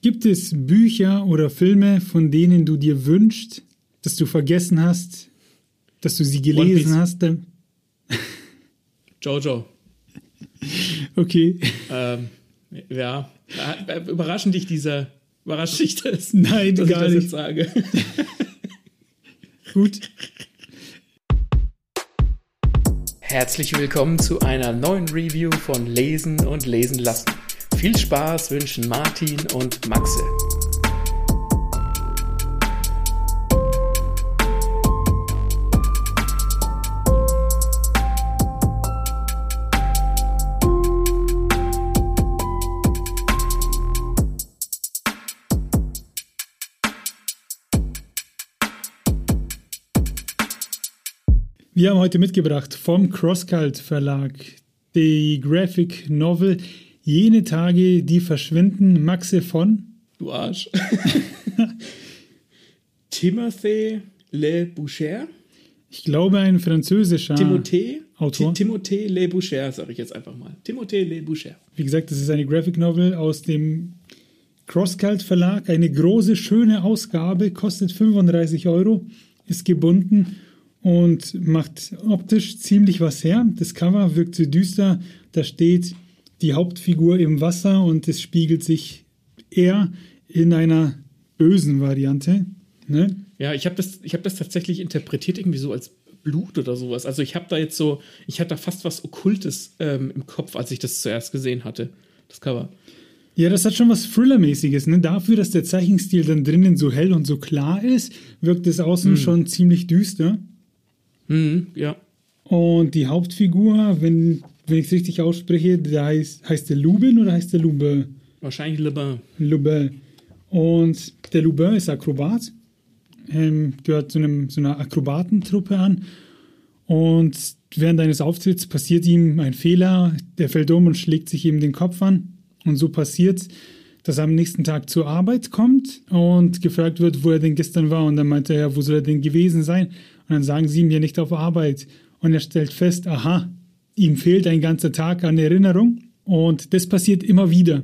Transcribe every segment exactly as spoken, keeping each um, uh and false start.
Gibt es Bücher oder Filme, von denen du dir wünschst, dass du vergessen hast, dass du sie gelesen hast? Jojo. Okay. Ähm, ja, überraschend dich dieser, überrascht dich das? Nein, dass gar ich das nicht. Jetzt sage. Gut. Herzlich willkommen zu einer neuen Review von Lesen und Lesen lassen. Viel Spaß wünschen Martin und Maxe. Wir haben heute mitgebracht vom CrossCult Verlag die Graphic Novel Jene Tage, die verschwinden. Maxe von? Du Arsch. Timothée Le Boucher. Ich glaube, ein französischer Timothée, Autor. Timothée Le Boucher, sage ich jetzt einfach mal. Timothée Le Boucher. Wie gesagt, das ist eine Graphic Novel aus dem CrossCult Verlag. Eine große, schöne Ausgabe, kostet fünfunddreißig Euro, ist gebunden und macht optisch ziemlich was her. Das Cover wirkt so düster. Da steht die Hauptfigur im Wasser und es spiegelt sich eher in einer bösen Variante. Ne? Ja, ich habe das, ich hab das tatsächlich interpretiert irgendwie so als Blut oder sowas. Also ich habe da jetzt so, ich hatte da fast was Okkultes ähm, im Kopf, als ich das zuerst gesehen hatte, das Cover. Ja, das hat schon was Thriller-mäßiges. Ne? Dafür, dass der Zeichenstil dann drinnen so hell und so klar ist, wirkt es außen hm. schon ziemlich düster. Mhm, ja. Und die Hauptfigur, wenn, wenn ich es richtig ausspreche, der heißt, heißt der Lubin oder heißt der Lubin? Wahrscheinlich Lubin. Lubin. Und der Lubin ist Akrobat, ähm, gehört zu einem, so einer Akrobatentruppe an. Und während eines Auftritts passiert ihm ein Fehler, der fällt um und schlägt sich eben den Kopf an. Und so passiert, dass er am nächsten Tag zur Arbeit kommt und gefragt wird, wo er denn gestern war. Und dann meint er, ja, wo soll er denn gewesen sein? Und dann sagen sie ihm ja nicht auf Arbeit. Und er stellt fest, aha, ihm fehlt ein ganzer Tag an Erinnerung. Und das passiert immer wieder.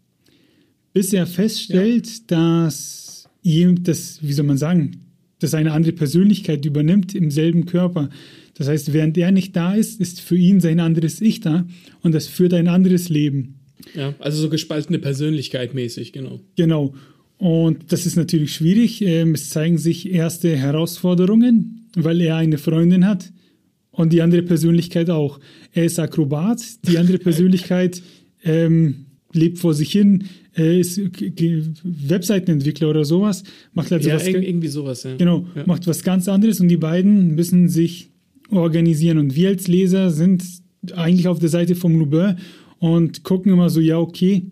Bis er feststellt, ja. dass ihm das, wie soll man sagen, dass eine andere Persönlichkeit übernimmt im selben Körper. Das heißt, während er nicht da ist, ist für ihn sein anderes Ich da. Und das führt ein anderes Leben. Ja, also so gespaltene Persönlichkeit mäßig, genau. Genau. Und das ist natürlich schwierig. Es zeigen sich erste Herausforderungen, weil er eine Freundin hat und die andere Persönlichkeit auch. Er ist Akrobat, die andere Persönlichkeit ähm, lebt vor sich hin, äh, ist äh, Webseitenentwickler oder sowas. Macht also ja, was, irgendwie sowas, ja. Genau, ja. macht was ganz anderes und die beiden müssen sich organisieren. Und wir als Leser sind eigentlich auf der Seite vom Lubin und gucken immer so, ja, okay,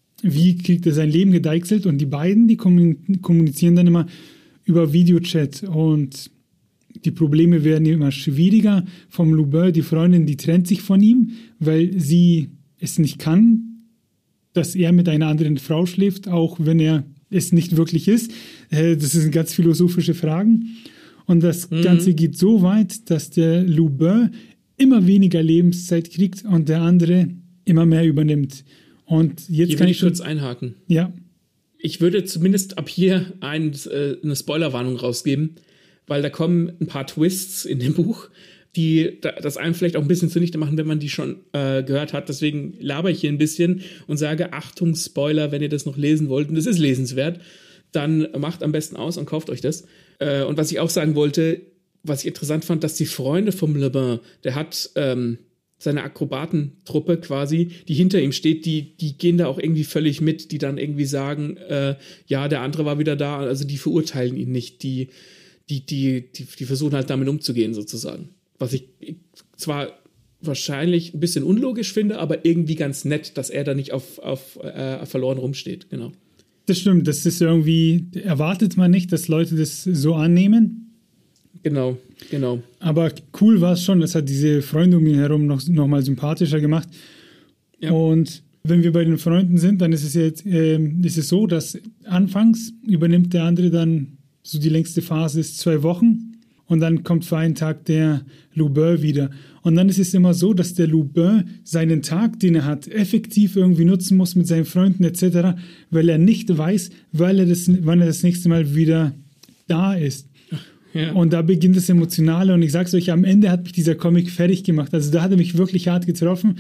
wie kriegt er sein Leben gedeichselt? Und die beiden, die kommunizieren dann immer über Videochat und die Probleme werden immer schwieriger. Vom Lubin, die Freundin, die trennt sich von ihm, weil sie es nicht kann, dass er mit einer anderen Frau schläft, auch wenn er es nicht wirklich ist. Das sind ganz philosophische Fragen. Und das mhm. Ganze geht so weit, dass der Lubin immer weniger Lebenszeit kriegt und der andere immer mehr übernimmt. Und jetzt hier kann will ich ich kurz einhaken. Ja. Ich würde zumindest ab hier ein, äh, eine Spoilerwarnung rausgeben, weil da kommen ein paar Twists in dem Buch, die das einem vielleicht auch ein bisschen zunichte machen, wenn man die schon äh, gehört hat. Deswegen laber ich hier ein bisschen und sage, Achtung, Spoiler, wenn ihr das noch lesen wollt, und das ist lesenswert, dann macht am besten aus und kauft euch das. Äh, und was ich auch sagen wollte, was ich interessant fand, dass die Freunde vom Lubin, der hat ähm, seine Akrobatentruppe quasi, die hinter ihm steht, die, die gehen da auch irgendwie völlig mit, die dann irgendwie sagen, äh, ja, der andere war wieder da, also die verurteilen ihn nicht, die Die, die, die, die versuchen halt damit umzugehen, sozusagen. Was ich zwar wahrscheinlich ein bisschen unlogisch finde, aber irgendwie ganz nett, dass er da nicht auf, auf äh, verloren rumsteht, genau. Das stimmt, das ist irgendwie, erwartet man nicht, dass Leute das so annehmen. Genau, genau. Aber cool war es schon, das hat diese Freunde um ihn herum noch, noch mal sympathischer gemacht. Ja. Und wenn wir bei den Freunden sind, dann ist es jetzt äh, ist es so, dass anfangs übernimmt der andere dann so die längste Phase ist zwei Wochen und dann kommt für einen Tag der Lubin wieder. Und dann ist es immer so, dass der Lubin seinen Tag, den er hat, effektiv irgendwie nutzen muss mit seinen Freunden et cetera, weil er nicht weiß, weil er das, wann er das nächste Mal wieder da ist. Ja. Und da beginnt das Emotionale und ich sag's euch, am Ende hat mich dieser Comic fertig gemacht. Also da hat er mich wirklich hart getroffen,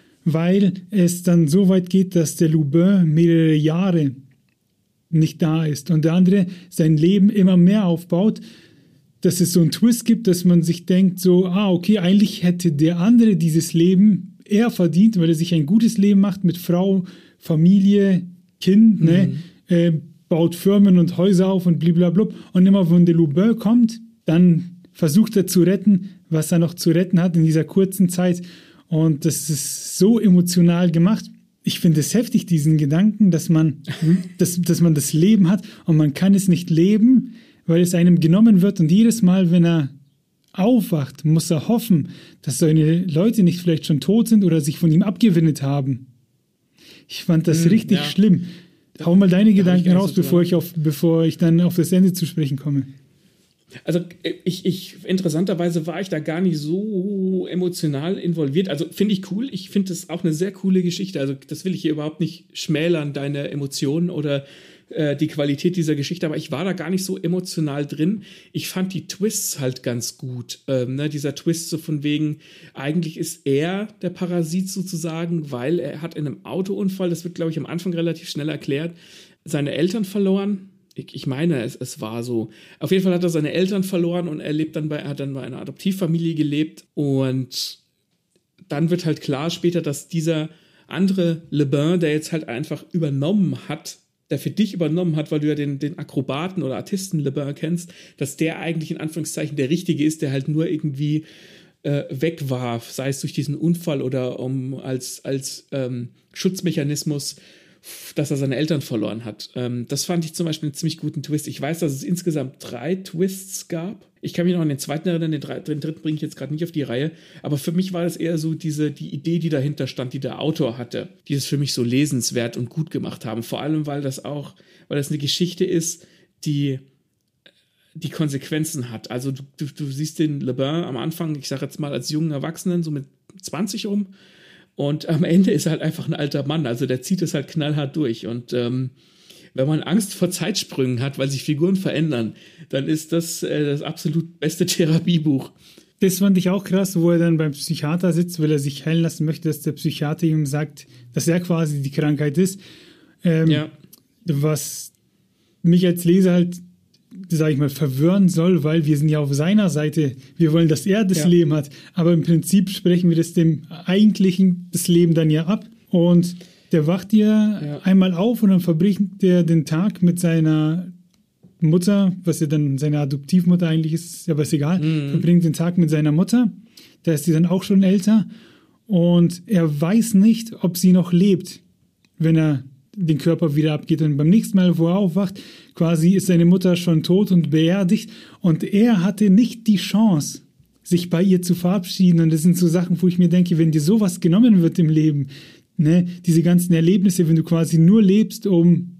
weil es dann so weit geht, dass der Lubin mehrere Jahre nicht da ist und der andere sein Leben immer mehr aufbaut, dass es so einen Twist gibt, dass man sich denkt so, ah, okay, eigentlich hätte der andere dieses Leben eher verdient, weil er sich ein gutes Leben macht mit Frau, Familie, Kind, mhm. ne, äh, baut Firmen und Häuser auf und blablabla. Und immer, wenn der Lubin kommt, dann versucht er zu retten, was er noch zu retten hat in dieser kurzen Zeit. Und das ist so emotional gemacht. Ich finde es heftig, diesen Gedanken, dass man, dass, dass man das Leben hat und man kann es nicht leben, weil es einem genommen wird. Und jedes Mal, wenn er aufwacht, muss er hoffen, dass seine Leute nicht vielleicht schon tot sind oder sich von ihm abgewendet haben. Ich fand das hm, richtig ja. schlimm. Hau mal deine da Gedanken raus, bevor ich, auf, bevor ich dann auf das Ende zu sprechen komme. Also ich, ich interessanterweise war ich da gar nicht so emotional involviert. Also finde ich cool. Ich finde das auch eine sehr coole Geschichte. Also das will ich hier überhaupt nicht schmälern, deine Emotionen oder äh, die Qualität dieser Geschichte. Aber ich war da gar nicht so emotional drin. Ich fand die Twists halt ganz gut. Ähm, ne? Dieser Twist so von wegen, eigentlich ist er der Parasit sozusagen, weil er hat in einem Autounfall, das wird glaube ich am Anfang relativ schnell erklärt, seine Eltern verloren. Ich meine, es, es war so. Auf jeden Fall hat er seine Eltern verloren und er lebt dann bei, er hat dann bei einer Adoptivfamilie gelebt. Und dann wird halt klar später, dass dieser andere Lubin, der jetzt halt einfach übernommen hat, der für dich übernommen hat, weil du ja den, den Akrobaten oder Artisten Lubin kennst, dass der eigentlich in Anführungszeichen der Richtige ist, der halt nur irgendwie äh, weg war, sei es durch diesen Unfall oder um als, als ähm, Schutzmechanismus, dass er seine Eltern verloren hat. Ähm, das fand ich zum Beispiel einen ziemlich guten Twist. Ich weiß, dass es insgesamt drei Twists gab. Ich kann mich noch an den zweiten erinnern, den, drei, den dritten bringe ich jetzt gerade nicht auf die Reihe. Aber für mich war das eher so diese, die Idee, die dahinter stand, die der Autor hatte, die es für mich so lesenswert und gut gemacht haben. Vor allem, weil das auch, weil das eine Geschichte ist, die die Konsequenzen hat. Also du, du, du siehst den Lubin am Anfang, ich sage jetzt mal als jungen Erwachsenen, so mit zwanzig rum. Und am Ende ist er halt einfach ein alter Mann. Also der zieht es halt knallhart durch. Und ähm, wenn man Angst vor Zeitsprüngen hat, weil sich Figuren verändern, dann ist das äh, das absolut beste Therapiebuch. Das fand ich auch krass, wo er dann beim Psychiater sitzt, weil er sich heilen lassen möchte, dass der Psychiater ihm sagt, dass er quasi die Krankheit ist. Ähm, ja. Was mich als Leser halt, sag ich mal, verwirren soll, weil wir sind ja auf seiner Seite. Wir wollen, dass er das ja. Leben hat. Aber im Prinzip sprechen wir das dem eigentlichen das Leben dann ja ab. Und der wacht ja, ja einmal auf und dann verbringt er den Tag mit seiner Mutter, was ja dann seine Adoptivmutter eigentlich ist, ja, aber ist egal, mhm. verbringt den Tag mit seiner Mutter. Da ist sie dann auch schon älter. Und er weiß nicht, ob sie noch lebt, wenn er den Körper wieder abgeht. Und beim nächsten Mal, wo er aufwacht, quasi ist seine Mutter schon tot und beerdigt. Und er hatte nicht die Chance, sich bei ihr zu verabschieden. Und das sind so Sachen, wo ich mir denke, wenn dir sowas genommen wird im Leben, ne, diese ganzen Erlebnisse, wenn du quasi nur lebst, um,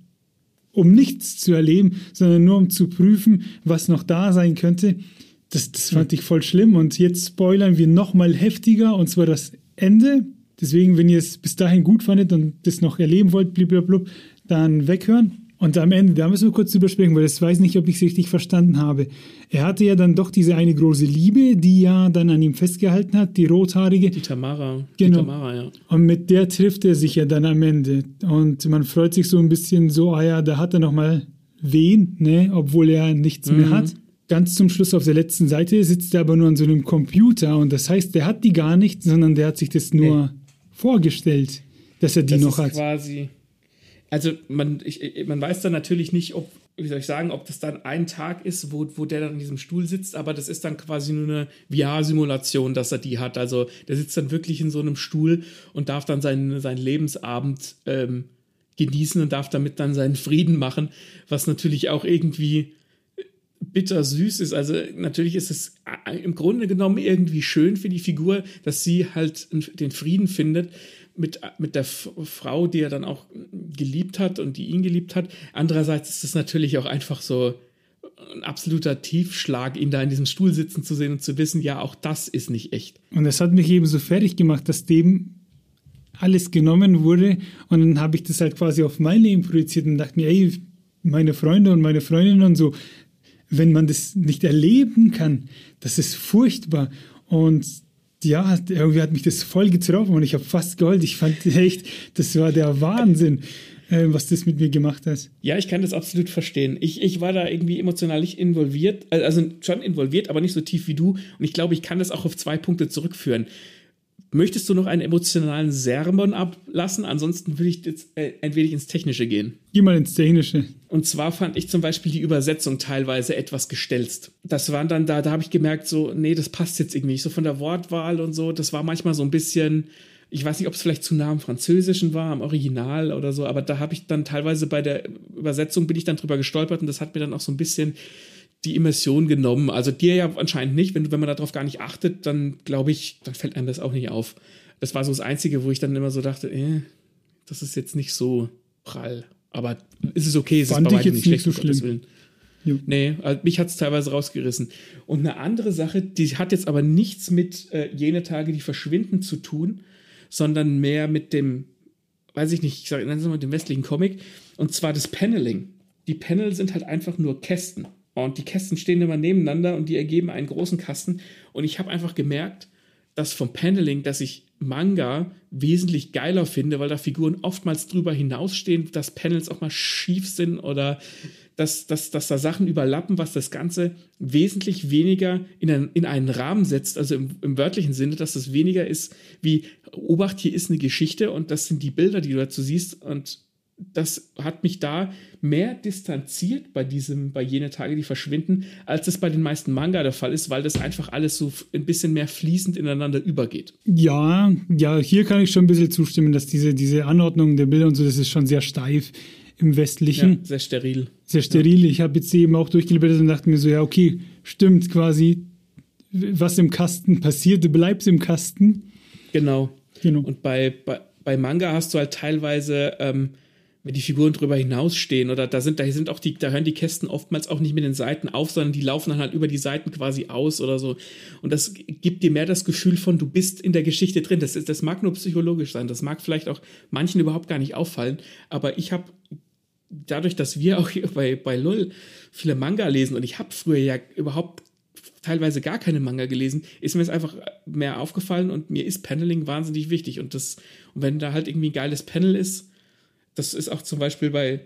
um nichts zu erleben, sondern nur um zu prüfen, was noch da sein könnte, das, das fand ich voll schlimm. Und jetzt spoilern wir noch mal heftiger, und zwar das Ende. Deswegen, wenn ihr es bis dahin gut fandet und das noch erleben wollt, blablabla, dann weghören. Und am Ende, da müssen wir kurz drüber sprechen, weil ich weiß nicht, ob ich es richtig verstanden habe. Er hatte ja dann doch diese eine große Liebe, die ja dann an ihm festgehalten hat, die rothaarige. Die Tamara. Genau. Die Tamara, ja. Und mit der trifft er sich ja dann am Ende. Und man freut sich so ein bisschen so, ah ja, da hat er nochmal wen, ne, obwohl er nichts mhm. mehr hat. Ganz zum Schluss auf der letzten Seite sitzt er aber nur an so einem Computer. Und das heißt, der hat die gar nicht, sondern der hat sich das nur nee. vorgestellt, dass er die das noch ist hat. Quasi, also man, ich, man weiß dann natürlich nicht, ob, wie soll ich sagen, ob das dann ein Tag ist, wo, wo der dann in diesem Stuhl sitzt, aber das ist dann quasi nur eine V R-Simulation, dass er die hat. Also der sitzt dann wirklich in so einem Stuhl und darf dann seinen, seinen Lebensabend ähm, genießen und darf damit dann seinen Frieden machen, was natürlich auch irgendwie bittersüß ist. Also natürlich ist es im Grunde genommen irgendwie schön für die Figur, dass sie halt den Frieden findet mit, mit der F- Frau, die er dann auch geliebt hat und die ihn geliebt hat. Andererseits ist es natürlich auch einfach so ein absoluter Tiefschlag, ihn da in diesem Stuhl sitzen zu sehen und zu wissen, ja, auch das ist nicht echt. Und das hat mich eben so fertig gemacht, dass dem alles genommen wurde und dann habe ich das halt quasi auf mein Leben projiziert und dachte mir, ey, meine Freunde und meine Freundinnen und so, wenn man das nicht erleben kann, das ist furchtbar. Und ja, irgendwie hat mich das voll getroffen und ich habe fast geheult. Ich fand echt, das war der Wahnsinn, äh, was das mit mir gemacht hat. Ja, ich kann das absolut verstehen. Ich, ich war da irgendwie emotional nicht involviert, also schon involviert, aber nicht so tief wie du. Und ich glaube, ich kann das auch auf zwei Punkte zurückführen. Möchtest du noch einen emotionalen Sermon ablassen? Ansonsten würde ich jetzt äh, ein wenig ins Technische gehen. Geh mal ins Technische. Und zwar fand ich zum Beispiel die Übersetzung teilweise etwas gestelzt. Das waren dann da, da habe ich gemerkt, so, nee, das passt jetzt irgendwie nicht. So von der Wortwahl und so, das war manchmal so ein bisschen, ich weiß nicht, ob es vielleicht zu nah am Französischen war, am Original oder so, aber da habe ich dann teilweise bei der Übersetzung bin ich dann drüber gestolpert und das hat mir dann auch so ein bisschen die Immersion genommen. Also dir ja anscheinend nicht. Wenn, wenn man darauf gar nicht achtet, dann glaube ich, dann fällt einem das auch nicht auf. Das war so das Einzige, wo ich dann immer so dachte, eh, das ist jetzt nicht so prall. Aber ist es okay, es ist bei weitem nicht schlecht, so schlimm. Nee, also mich hat es teilweise rausgerissen. Und eine andere Sache, die hat jetzt aber nichts mit äh, jene Tage, die verschwinden zu tun, sondern mehr mit dem, weiß ich nicht, ich sage, nennen Sie mal dem westlichen Comic, und zwar das Paneling. Die Panel sind halt einfach nur Kästen. Und die Kästen stehen immer nebeneinander und die ergeben einen großen Kasten. Und ich habe einfach gemerkt, dass vom Paneling, dass ich Manga wesentlich geiler finde, weil da Figuren oftmals drüber hinausstehen, dass Panels auch mal schief sind oder dass, dass, dass da Sachen überlappen, was das Ganze wesentlich weniger in einen, in einen Rahmen setzt, also im, im wörtlichen Sinne, dass das weniger ist wie, Obacht, hier ist eine Geschichte und das sind die Bilder, die du dazu siehst, und das hat mich da mehr distanziert bei diesem, bei jene Tage, die verschwinden, als das bei den meisten Manga der Fall ist, weil das einfach alles so ein bisschen mehr fließend ineinander übergeht. Ja, ja, hier kann ich schon ein bisschen zustimmen, dass diese, diese Anordnung der Bilder und so, das ist schon sehr steif im Westlichen. Ja, sehr steril. Sehr steril. Ja. Ich habe jetzt eben auch durchgeblättert und dachte mir so, ja, okay, stimmt quasi, was im Kasten passierte, bleibt im Kasten. Genau. genau. Und bei, bei, bei Manga hast du halt teilweise ähm, wenn die Figuren drüber hinausstehen oder da sind, da sind auch die, da hören die Kästen oftmals auch nicht mit den Seiten auf, sondern die laufen dann halt über die Seiten quasi aus oder so. Und das gibt dir mehr das Gefühl von, du bist in der Geschichte drin. Das ist, das mag nur psychologisch sein, das mag vielleicht auch manchen überhaupt gar nicht auffallen, aber ich habe dadurch, dass wir auch hier bei, bei Lull viele Manga lesen und ich habe früher ja überhaupt teilweise gar keine Manga gelesen, ist mir es einfach mehr aufgefallen und mir ist Paneling wahnsinnig wichtig und das, und wenn da halt irgendwie ein geiles Panel ist, das ist auch zum Beispiel bei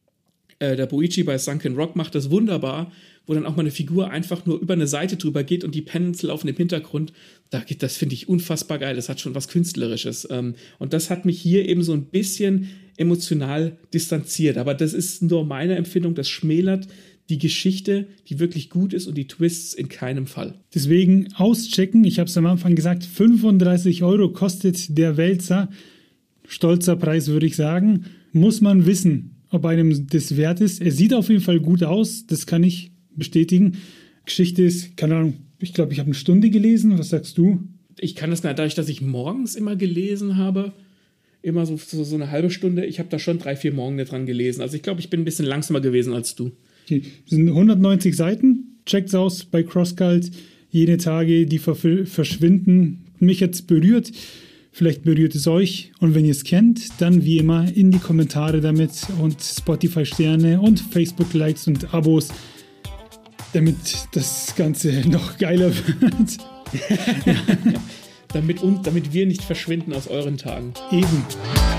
äh, der Boichi bei Sunken Rock macht das wunderbar, wo dann auch mal eine Figur einfach nur über eine Seite drüber geht und die Panels laufen im Hintergrund. Da geht, das finde ich unfassbar geil. Das hat schon was Künstlerisches. Ähm, und das hat mich hier eben so ein bisschen emotional distanziert. Aber das ist nur meine Empfindung. Das schmälert die Geschichte, die wirklich gut ist und die Twists in keinem Fall. Deswegen auschecken. Ich habe es am Anfang gesagt, fünfunddreißig Euro kostet der Wälzer. Stolzer Preis, würde ich sagen. Muss man wissen, ob einem das wert ist. Er sieht auf jeden Fall gut aus, das kann ich bestätigen. Geschichte ist, keine Ahnung, ich glaube, ich habe eine Stunde gelesen. Was sagst du? Ich kann das gar nicht, dadurch, dass ich morgens immer gelesen habe, immer so, so, so eine halbe Stunde, ich habe da schon drei, vier Morgen dran gelesen. Also ich glaube, ich bin ein bisschen langsamer gewesen als du. Okay. Das sind hundertneunzig Seiten. Checkt's aus bei CrossCult. Jene Tage, die ver- verschwinden. Mich hat's berührt. Vielleicht berührt es euch. Und wenn ihr es kennt, dann wie immer in die Kommentare damit und Spotify-Sterne und Facebook-Likes und Abos, damit das Ganze noch geiler wird. damit, und, damit wir nicht verschwinden aus euren Tagen. Eben.